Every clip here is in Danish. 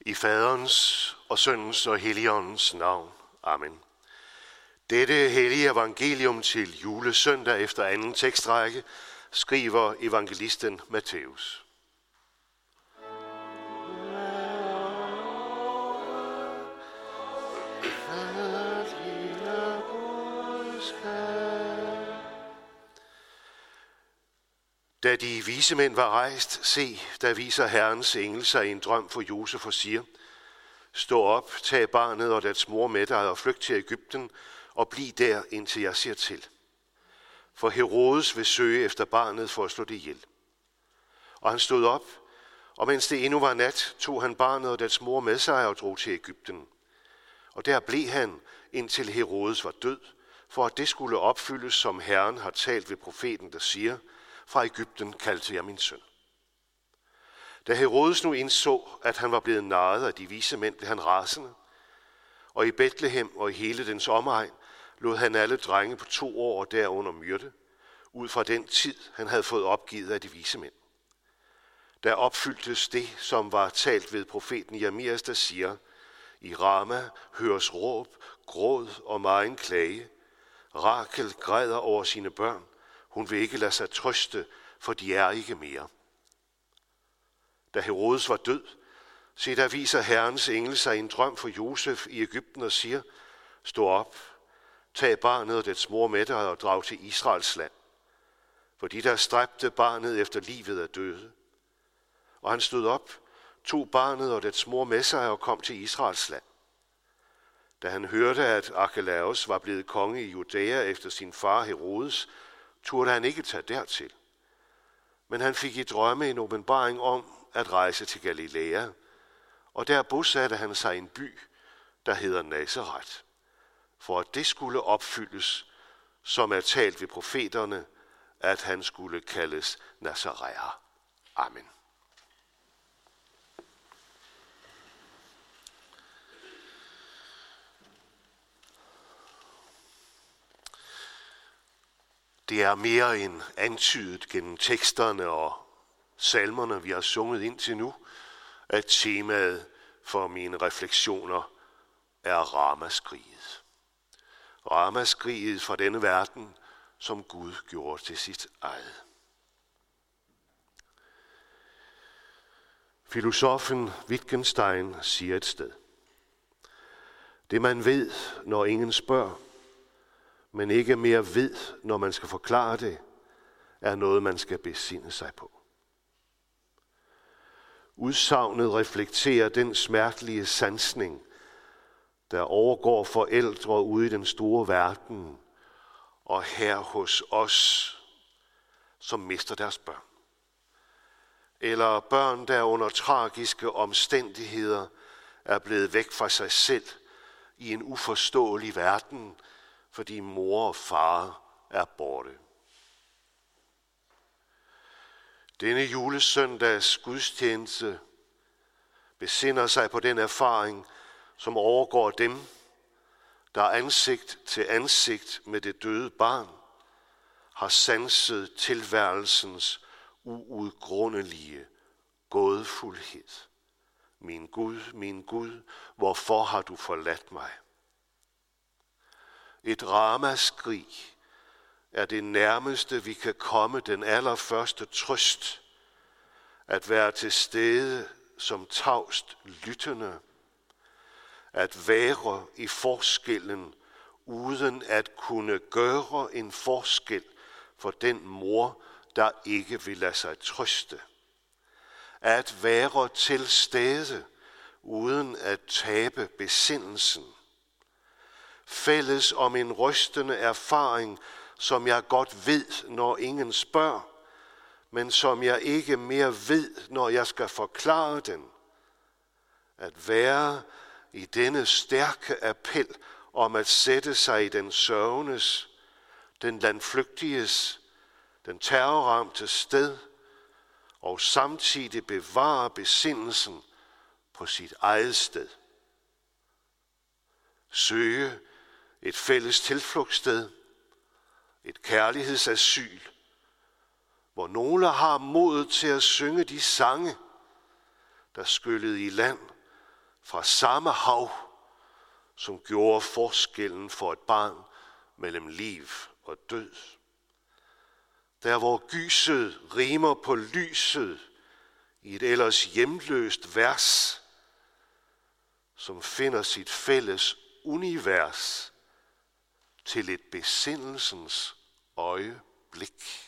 I Faderens og Søndens og Helligåndens navn. Amen. Dette hellige evangelium til julesøndag efter anden tekstrække skriver evangelisten Matthæus. Da de vise mænd var rejst, se, der viser Herrens engel sig i en drøm for Josef og siger: Stå op, tag barnet og dets mor med dig og flygt til Egypten og bliv der, indtil jeg siger til. For Herodes vil søge efter barnet for at slå det ihjel. Og han stod op, og mens det endnu var nat, tog han barnet og dets mor med sig og drog til Egypten. Og der blev han, indtil Herodes var død, for at det skulle opfyldes, som Herren har talt ved profeten, der siger: Fra Egypten kaldte jeg min søn. Da Herodes nu indså, at han var blevet narret af de vise mænd, blev han rasende. Og i Betlehem og i hele dens omegn lod han alle drenge på 2 år derunder myrde, ud fra den tid, han havde fået opgivet af de vise mænd. Der opfyldtes det, som var talt ved profeten Jeremias, der siger: I Rama høres råb, gråd og megen klage. Rakel græder over sine børn. Hun vil ikke lade sig trøste, for de er ikke mere. Da Herodes var død, se, der viser Herrens engel sig i en drøm for Josef i Egypten og siger: Stå op, tag barnet og dets mor med dig og drag til Israels land. For de, der stræbte barnet efter livet, er døde. Og han stod op, tog barnet og dets mor med sig og kom til Israels land. Da han hørte, at Archelaus var blevet konge i Judæa efter sin far Herodes, turde han ikke tage dertil. Men han fik i drømme en åbenbaring om at rejse til Galilea, og der bosatte han sig i en by, der hedder Nazaret, for at det skulle opfyldes, som er talt ved profeterne, at han skulle kaldes Nazaræer. Amen. Det er mere end antydet gennem teksterne og salmerne, vi har sunget indtil nu, at temaet for mine refleksioner er ramaskriget. Ramaskriget fra denne verden, som Gud gjorde til sit eget. Filosofen Wittgenstein siger et sted: Det man ved, når ingen spørger, men ikke mere ved, når man skal forklare det, er noget, man skal besinde sig på. Udsagnet reflekterer den smertelige sansning, der overgår forældre ude i den store verden, og her hos os, som mister deres børn. Eller børn, der under tragiske omstændigheder er blevet væk fra sig selv i en uforståelig verden, fordi mor og far er borte. Denne julesøndags gudstjeneste besinder sig på den erfaring, som overgår dem, der ansigt til ansigt med det døde barn har sanset tilværelsens uudgrundelige gådefuldhed. Min Gud, hvorfor har du forladt mig? Et ramaskrig er det nærmeste, vi kan komme den allerførste trøst, at være til stede som tavst lyttende, at være i forskellen, uden at kunne gøre en forskel for den mor, der ikke vil lade sig trøste. At være til stede, uden at tabe besindelsen. Fælles om en rystende erfaring, som jeg godt ved, når ingen spørger, men som jeg ikke mere ved, når jeg skal forklare den. At være i denne stærke appel om at sætte sig i den sørgendes, den landflygtiges, den terrorramte sted, og samtidig bevare besindelsen på sit eget sted. Søge et fælles tilflugtssted, et kærlighedsasyl, hvor nogle har modet til at synge de sange, der skyllede i land fra samme hav, som gjorde forskellen for et barn mellem liv og død. Der hvor gyset rimer på lyset i et ellers hjemløst vers, som finder sit fælles univers til et besindelsens øjeblik.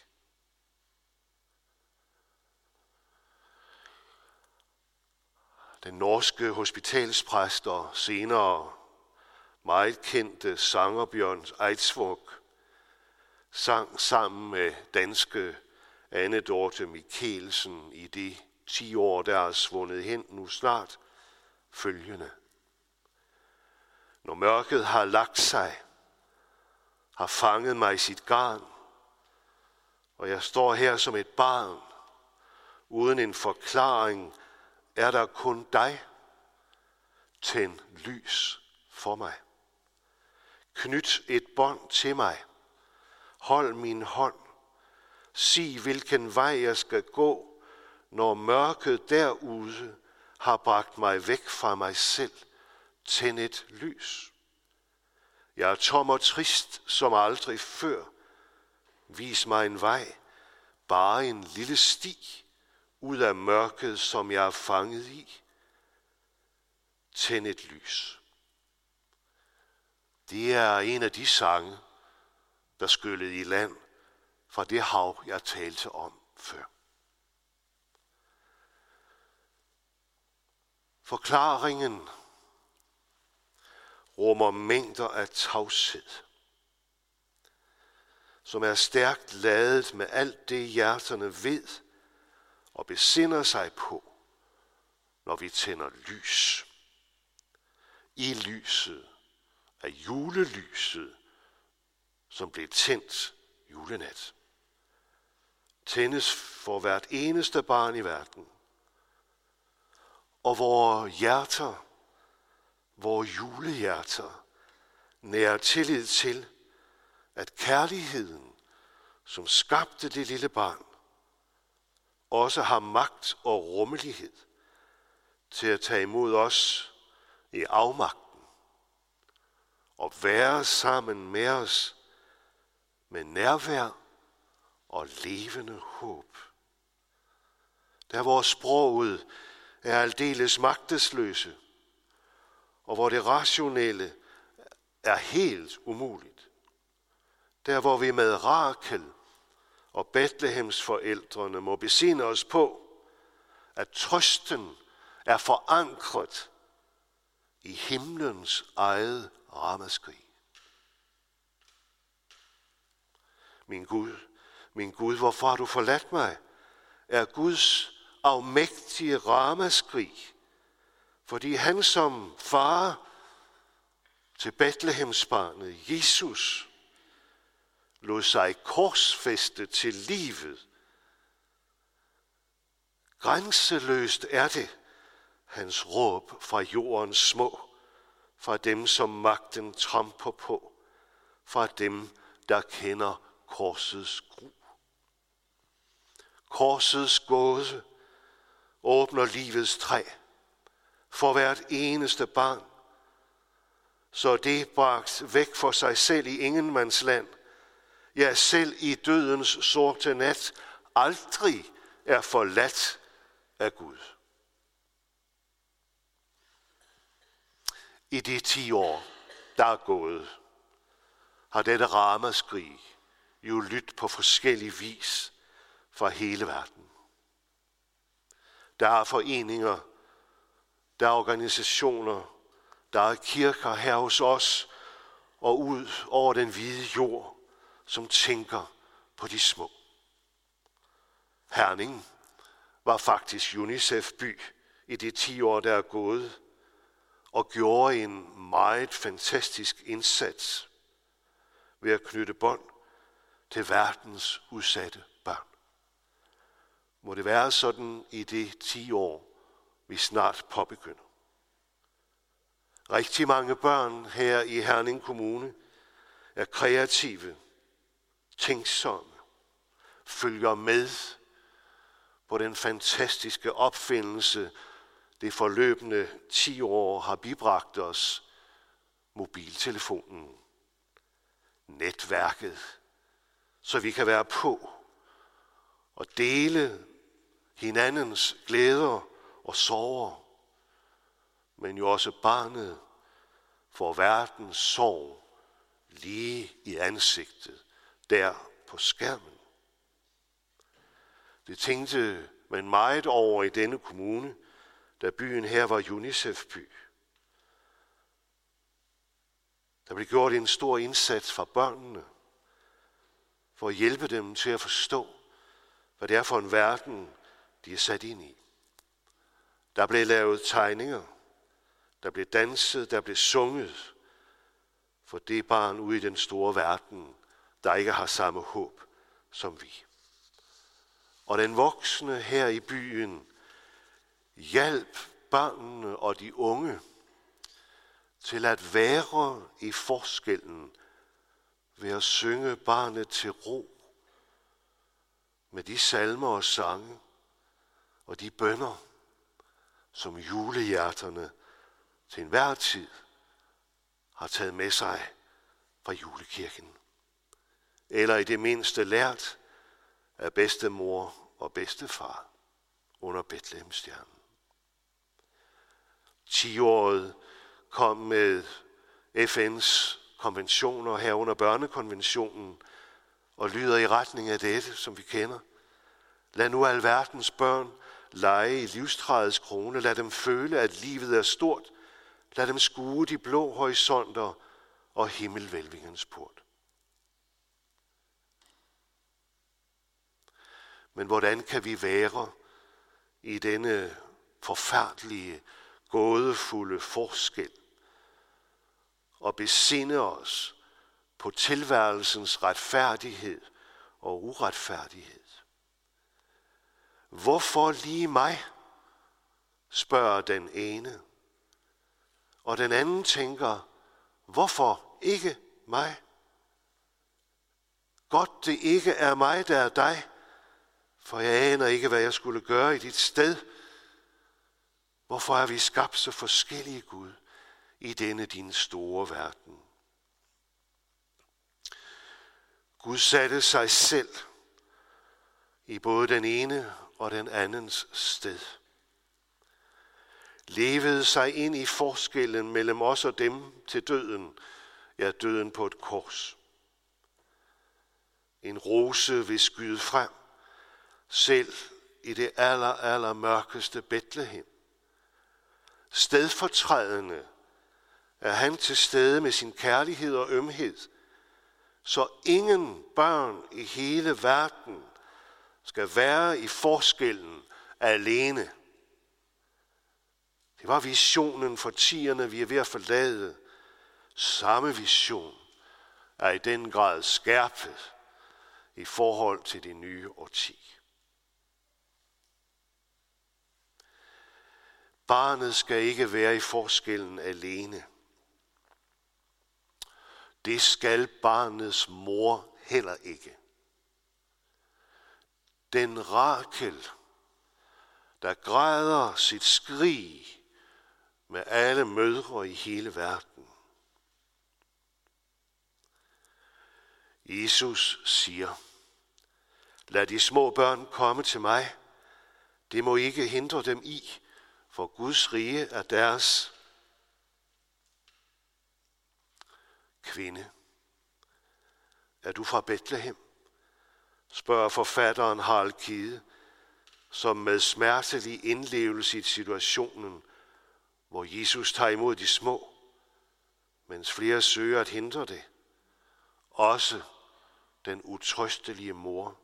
Den norske hospitalspræst og senere meget kendte sanger Bjørn Eidsvåg sang sammen med danske Anne Dorte Mikkelsen i de 10 år, der er svundet hen nu snart, følgende. Når mørket har lagt sig, har fanget mig i sit garn, og jeg står her som et barn, uden en forklaring, er der kun dig. Tænd lys for mig. Knyt et bånd til mig. Hold min hånd. Sig, hvilken vej jeg skal gå, når mørket derude har bragt mig væk fra mig selv. Tænd et lys. Jeg er tom og trist som aldrig før. Vis mig en vej, bare en lille sti, ud af mørket, som jeg er fanget i. Tænd et lys. Det er en af de sange, der skyllede i land fra det hav, jeg talte om før. Forklaringen rummer mængder af tavshed, som er stærkt ladet med alt det, hjerterne ved og besinder sig på, når vi tænder lys. I lyset af julelyset, som blev tændt julenat. Tændes for hvert eneste barn i verden. Og vores hjerter, vores julehjerter, nærer tillid til, at kærligheden, som skabte det lille barn, også har magt og rummelighed til at tage imod os i afmagten og være sammen med os med nærvær og levende håb. Der hvor sproget er aldeles magtesløse, og hvor det rationelle er helt umuligt. Der hvor vi med Rakel og Betlehems forældrene må besinde os på, at trøsten er forankret i himlens eget ramaskrig. Min Gud, hvorfor har du forladt mig? Er Guds afmægtige ramaskrig, fordi han som far til Betlehemsbarnet Jesus lod sig korsfæste til livet. Grænseløst er det, hans råb fra jordens små, fra dem, som magten tramper på, fra dem, der kender korsets gru. Korsets gåde åbner livets træ for hvert eneste barn, så det bragt væk for sig selv i ingenmandsland, ja selv i dødens sorte nat, aldrig er forladt af Gud. I de 10 år, der er gået, har dette ramaskrig jo lyttet på forskellig vis fra hele verden. Der er foreninger, der er organisationer, der er kirker her hos os og ud over den hvide jord, som tænker på de små. Herning var faktisk UNICEF-by i de 10 år, der er gået, og gjorde en meget fantastisk indsats ved at knytte bånd til verdens udsatte børn. Må det være sådan i de 10 år, vi snart påbegynder. Rigtig mange børn her i Herning Kommune er kreative, tænksomme, følger med på den fantastiske opfindelse, det forløbende 10 år har bibragt os mobiltelefonen, netværket, så vi kan være på og dele hinandens glæder og sorger, men jo også barnet for verdens sorg lige i ansigtet, der på skærmen. Det tænkte man meget over i denne kommune, da byen her var UNICEF-by. Der blev gjort en stor indsats fra børnene, for at hjælpe dem til at forstå, hvad det er for en verden, de er sat ind i. Der blev lavet tegninger, der blev danset, der blev sunget, for det barn ude i den store verden, der ikke har samme håb som vi. Og den voksne her i byen hjalp børnene og de unge til at være i forskellen ved at synge barnet til ro med de salmer og sange og de bønner, som julehjerterne til enhver tid har taget med sig fra julekirken. Eller i det mindste lært af bedstemor og bedstefar under Betlehemstjernen. 10-året kom med FN's konventioner herunder børnekonventionen og lyder i retning af dette, som vi kender. Lad nu alverdens børn lege i livstræets krone. Lad dem føle, at livet er stort. Lad dem skue de blå horisonter og himmelvælvingens port. Men hvordan kan vi være i denne forfærdelige, gådefulde forskel og besinde os på tilværelsens retfærdighed og uretfærdighed? Hvorfor lige mig, spørger den ene. Og den anden tænker, hvorfor ikke mig? Godt det ikke er mig, der er dig, for jeg aner ikke, hvad jeg skulle gøre i dit sted. Hvorfor er vi skabt så forskellige, Gud, i denne din store verden? Gud satte sig selv i både den ene og den andens sted. Levede sig ind i forskellen mellem os og dem til døden, ja, døden på et kors. En rose vil skyde frem, selv i det aller mørkeste Betlehem. Stedfortrædende er han til stede med sin kærlighed og ømhed, så ingen børn i hele verden skal være i forskellen alene. Det var visionen for tierne, vi er ved at forlade. Samme vision er i den grad skærpet i forhold til det nye årti. Barnet skal ikke være i forskellen alene. Det skal barnets mor heller ikke. Den Rakel, der græder sit skrig med alle mødre i hele verden. Jesus siger, lad de små børn komme til mig. Det må ikke hindre dem i, for Guds rige er deres. Kvinde, er du fra Betlehem? Spørger forfatteren Harald Kide, som med smertelig indlevelse i situationen, hvor Jesus tager imod de små, mens flere søger at hindre det. Også den utrøstelige mor.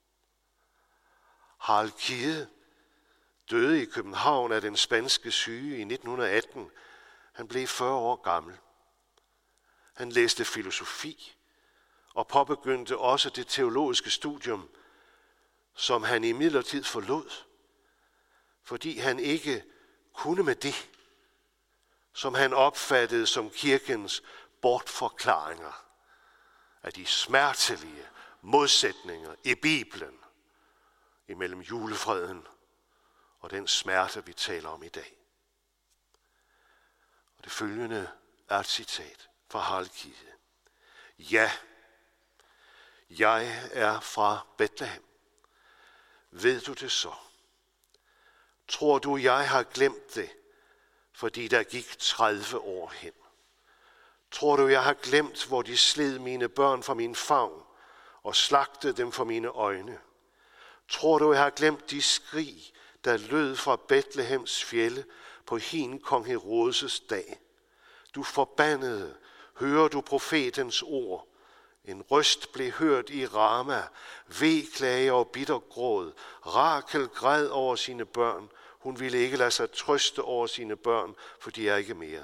Harald Kide døde i København af den spanske syge i 1918. Han blev 40 år gammel. Han læste filosofi og påbegyndte også det teologiske studium, som han imidlertid forlod, fordi han ikke kunne med det, som han opfattede som kirkens bortforklaringer af de smertelige modsætninger i Bibelen imellem julefreden og den smerte, vi taler om i dag. Og det følgende er et citat fra Halkide. Ja, jeg er fra Betlehem. Ved du det så? Tror du, jeg har glemt det, fordi der gik 30 år hen? Tror du, jeg har glemt, hvor de sled mine børn fra min favn og slagtede dem for mine øjne? Tror du, jeg har glemt de skrig, der lød fra Betlehems fjelde på hin kong Herodes' dag? Du forbandede, hører du profetens ord? En røst blev hørt i Rama, veklage og bittergråd. Rakel græd over sine børn. Hun ville ikke lade sig trøste over sine børn, for de er ikke mere.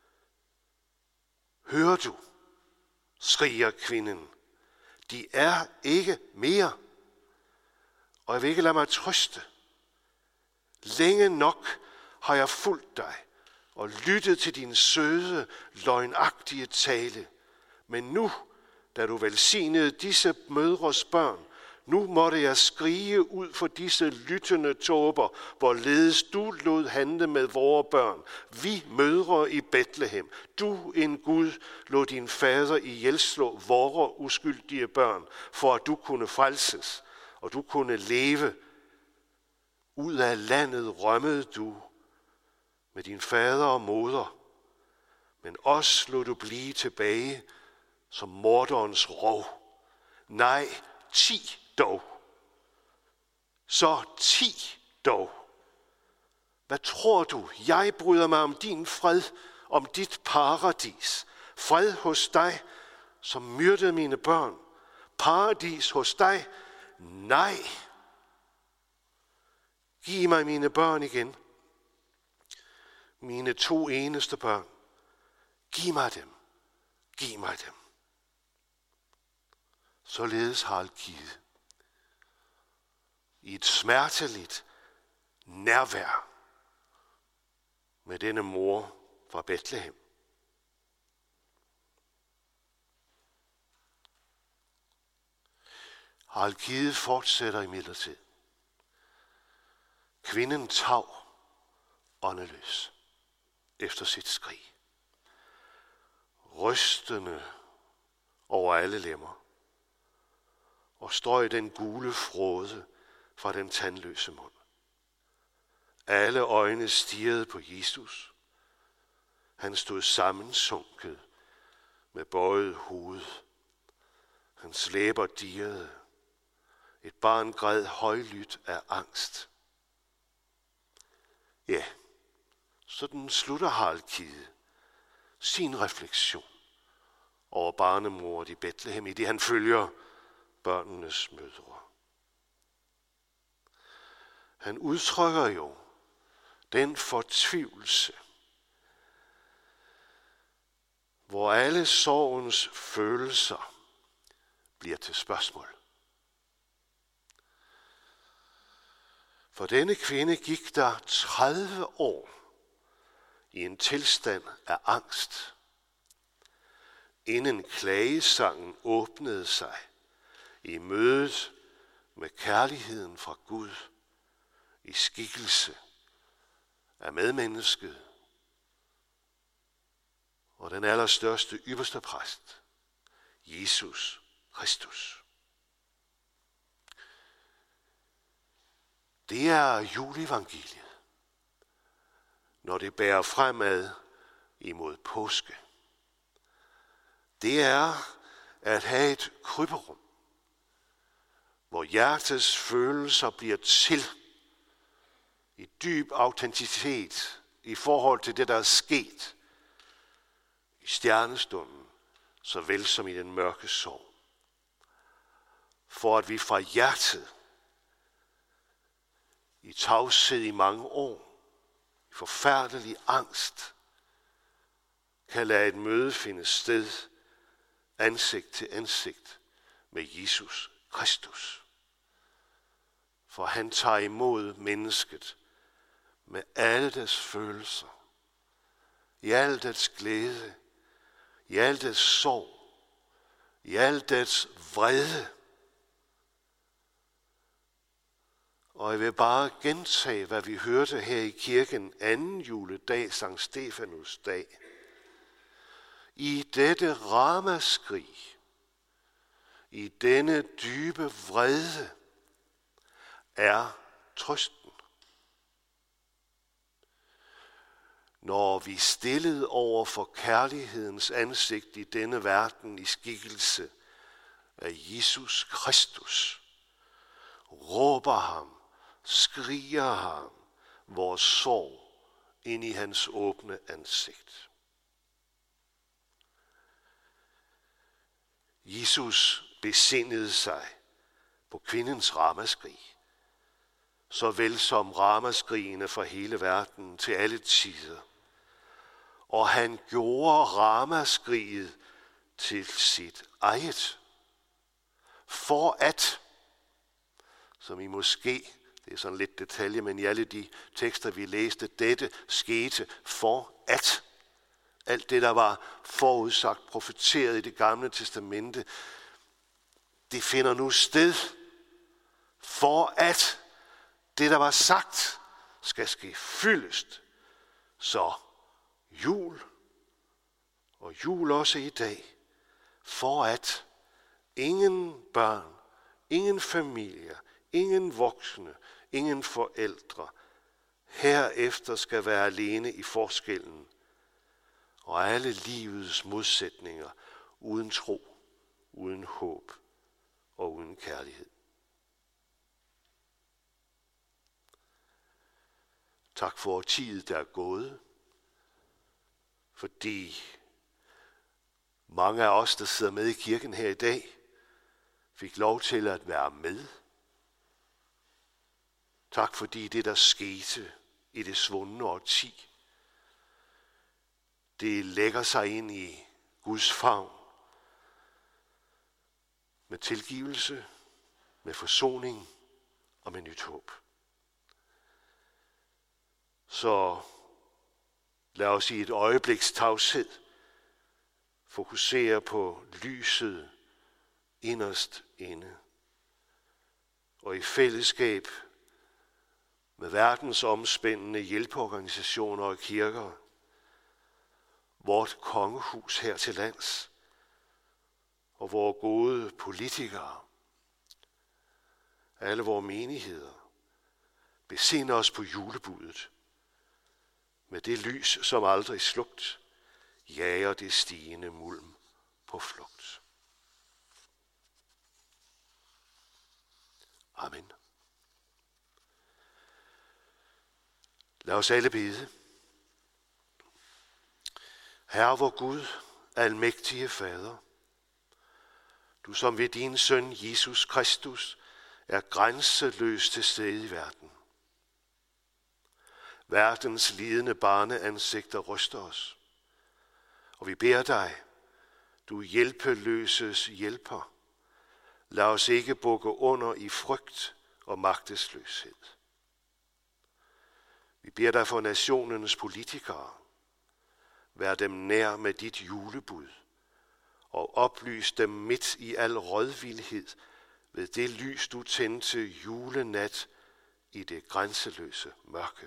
Hører du, skriger kvinden. De er ikke mere. Og jeg vil ikke lade mig trøste. Længe nok har jeg fulgt dig og lyttet til din søde, løgnagtige tale. Men nu, da du velsignede disse mødres børn, nu måtte jeg skrige ud for disse lyttende tåber, hvorledes du lod handle med vore børn. Vi mødre i Betlehem, du en Gud lod din fader ihjelslå vore uskyldige børn, for at du kunne frelses, og du kunne leve. Ud af landet rømmede du med din fader og moder, men os lod du blive tilbage som morderens rov. Nej, 10 dog. Så 10 dog. Hvad tror du? Jeg bryder mig om din fred, om dit paradis. Fred hos dig, som myrdede mine børn. Paradis hos dig? Nej. Giv mig mine børn igen. Mine 2 eneste børn. Giv mig dem. Giv mig dem. Således har Halkide i et smerteligt nærvær med denne mor fra Betlehem. Halkide fortsætter imidlertid. Kvinden tav, åndeløs, efter sit skrig. Rystende over alle lemmer. Og strøg den gule fråde fra den tandløse mund. Alle øjne stirrede på Jesus. Han stod sammensunket med bøjet hoved. Hans læber dirrede. Et barn græd højlydt af angst. Ja, sådan slutter Halkide sin refleksion over barnemor i Betlehem, i det han følger børnenes mødre. Han udtrykker jo den fortvivlelse, hvor alle sorgens følelser bliver til spørgsmål. For denne kvinde gik der 30 år i en tilstand af angst, inden klagesangen åbnede sig i mødet med kærligheden fra Gud i skikkelse af medmennesket og den allerstørste ypperste præst, Jesus Kristus. Det er juleevangeliet, når det bærer fremad imod påske. Det er at have et kryberum, hvor hjertets følelser bliver til i dyb autenticitet i forhold til det, der er sket i stjernestunden, såvel som i den mørke sorg. For at vi fra hjertet, i tavshed i mange år, i forfærdelig angst, kan lade et møde finde sted, ansigt til ansigt med Jesus Kristus. For han tager imod mennesket med alle dets følelser, i al dets glæde, i al dets sorg, i al dets vrede. Og jeg vil bare gentage, hvad vi hørte her i kirken anden juledag, Sankt Stefanus dag. I dette ramaskrig, i denne dybe vrede, er trøsten. Når vi stillet over for kærlighedens ansigt i denne verden i skikkelse af Jesus Kristus, råber ham, skriger ham vores sorg ind i hans åbne ansigt. Jesus besindede sig på kvindens ramaskrig, såvel som ramaskrigene fra hele verden til alle tider. Og han gjorde ramaskriget til sit eget, for at, som I måske, det er sådan lidt detalje, men i alle de tekster, vi læste, dette skete for at. Alt det, der var forudsagt, profeteret i det gamle testamente, det finder nu sted, for at det, der var sagt, skal ske fyldest. Så jul, og jul også i dag, for at ingen børn, ingen familier, ingen voksne, ingen forældre herefter skal være alene i forskellen, og alle livets modsætninger uden tro, uden håb og uden kærlighed. Tak for årtiet, der er gået, fordi mange af os, der sidder med i kirken her i dag, fik lov til at være med. Tak fordi det, der skete i det svundne årti, det lægger sig ind i Guds favn med tilgivelse, med forsoning og med nyt håb. Så lad os i et øjebliks tavshed fokusere på lyset inderst inde, og i fællesskab med verdens omspændende hjælpeorganisationer og kirker, vort kongehus her til lands, og vores gode politikere, alle vores menigheder, besinde os på julebudet, med det lys, som aldrig slugt, jager det stigende mulm på flugt. Amen. Lad os alle bede. Herre vor Gud, almægtige Fader, du som ved din søn Jesus Kristus er grænseløs til stede i verden. Verdens lidende barneansigter ryster os, og vi beder dig, du hjælpeløses hjælper, lad os ikke bukke under i frygt og magtesløshed. Vi beder dig for nationens politikere, vær dem nær med dit julebud, og oplys dem midt i al rådvildhed ved det lys, du tændte julenat i det grænseløse mørke.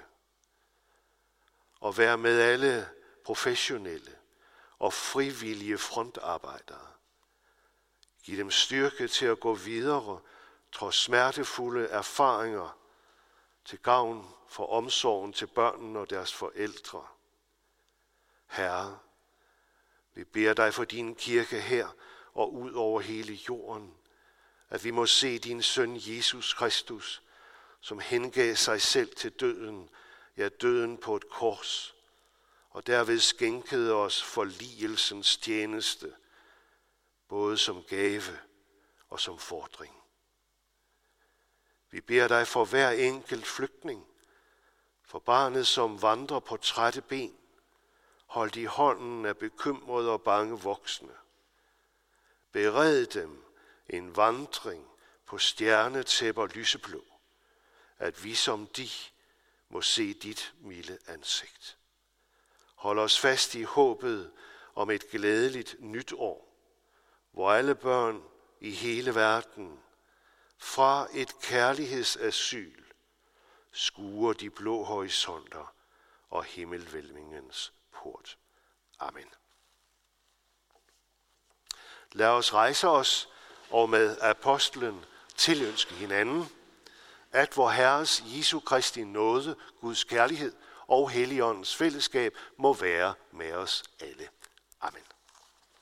Og vær med alle professionelle og frivillige frontarbejdere. Giv dem styrke til at gå videre, trods smertefulde erfaringer, til gavn for omsorgen til børnene og deres forældre. Herre, vi beder dig for din kirke her og ud over hele jorden, at vi må se din søn Jesus Kristus, som hengav sig selv til døden, ja døden på et kors, og derved skænkede os forligelsens tjeneste, både som gave og som fordring. Vi beder dig for hver enkelt flygtning, for barnet, som vandrer på trætte ben, holdt i hånden af bekymrede og bange voksne. Bered dem en vandring på stjernetæpper lyseblå, at vi som de må se dit milde ansigt. Hold os fast i håbet om et glædeligt nyt år, hvor alle børn i hele verden fra et kærlighedsasyl skuer de blå horisonter og himmelvælvingens port. Amen. Lad os rejse os og med apostlen tilønske hinanden, at vor Herres Jesu Kristi nåde, Guds kærlighed og Helligåndens fællesskab må være med os alle. Amen.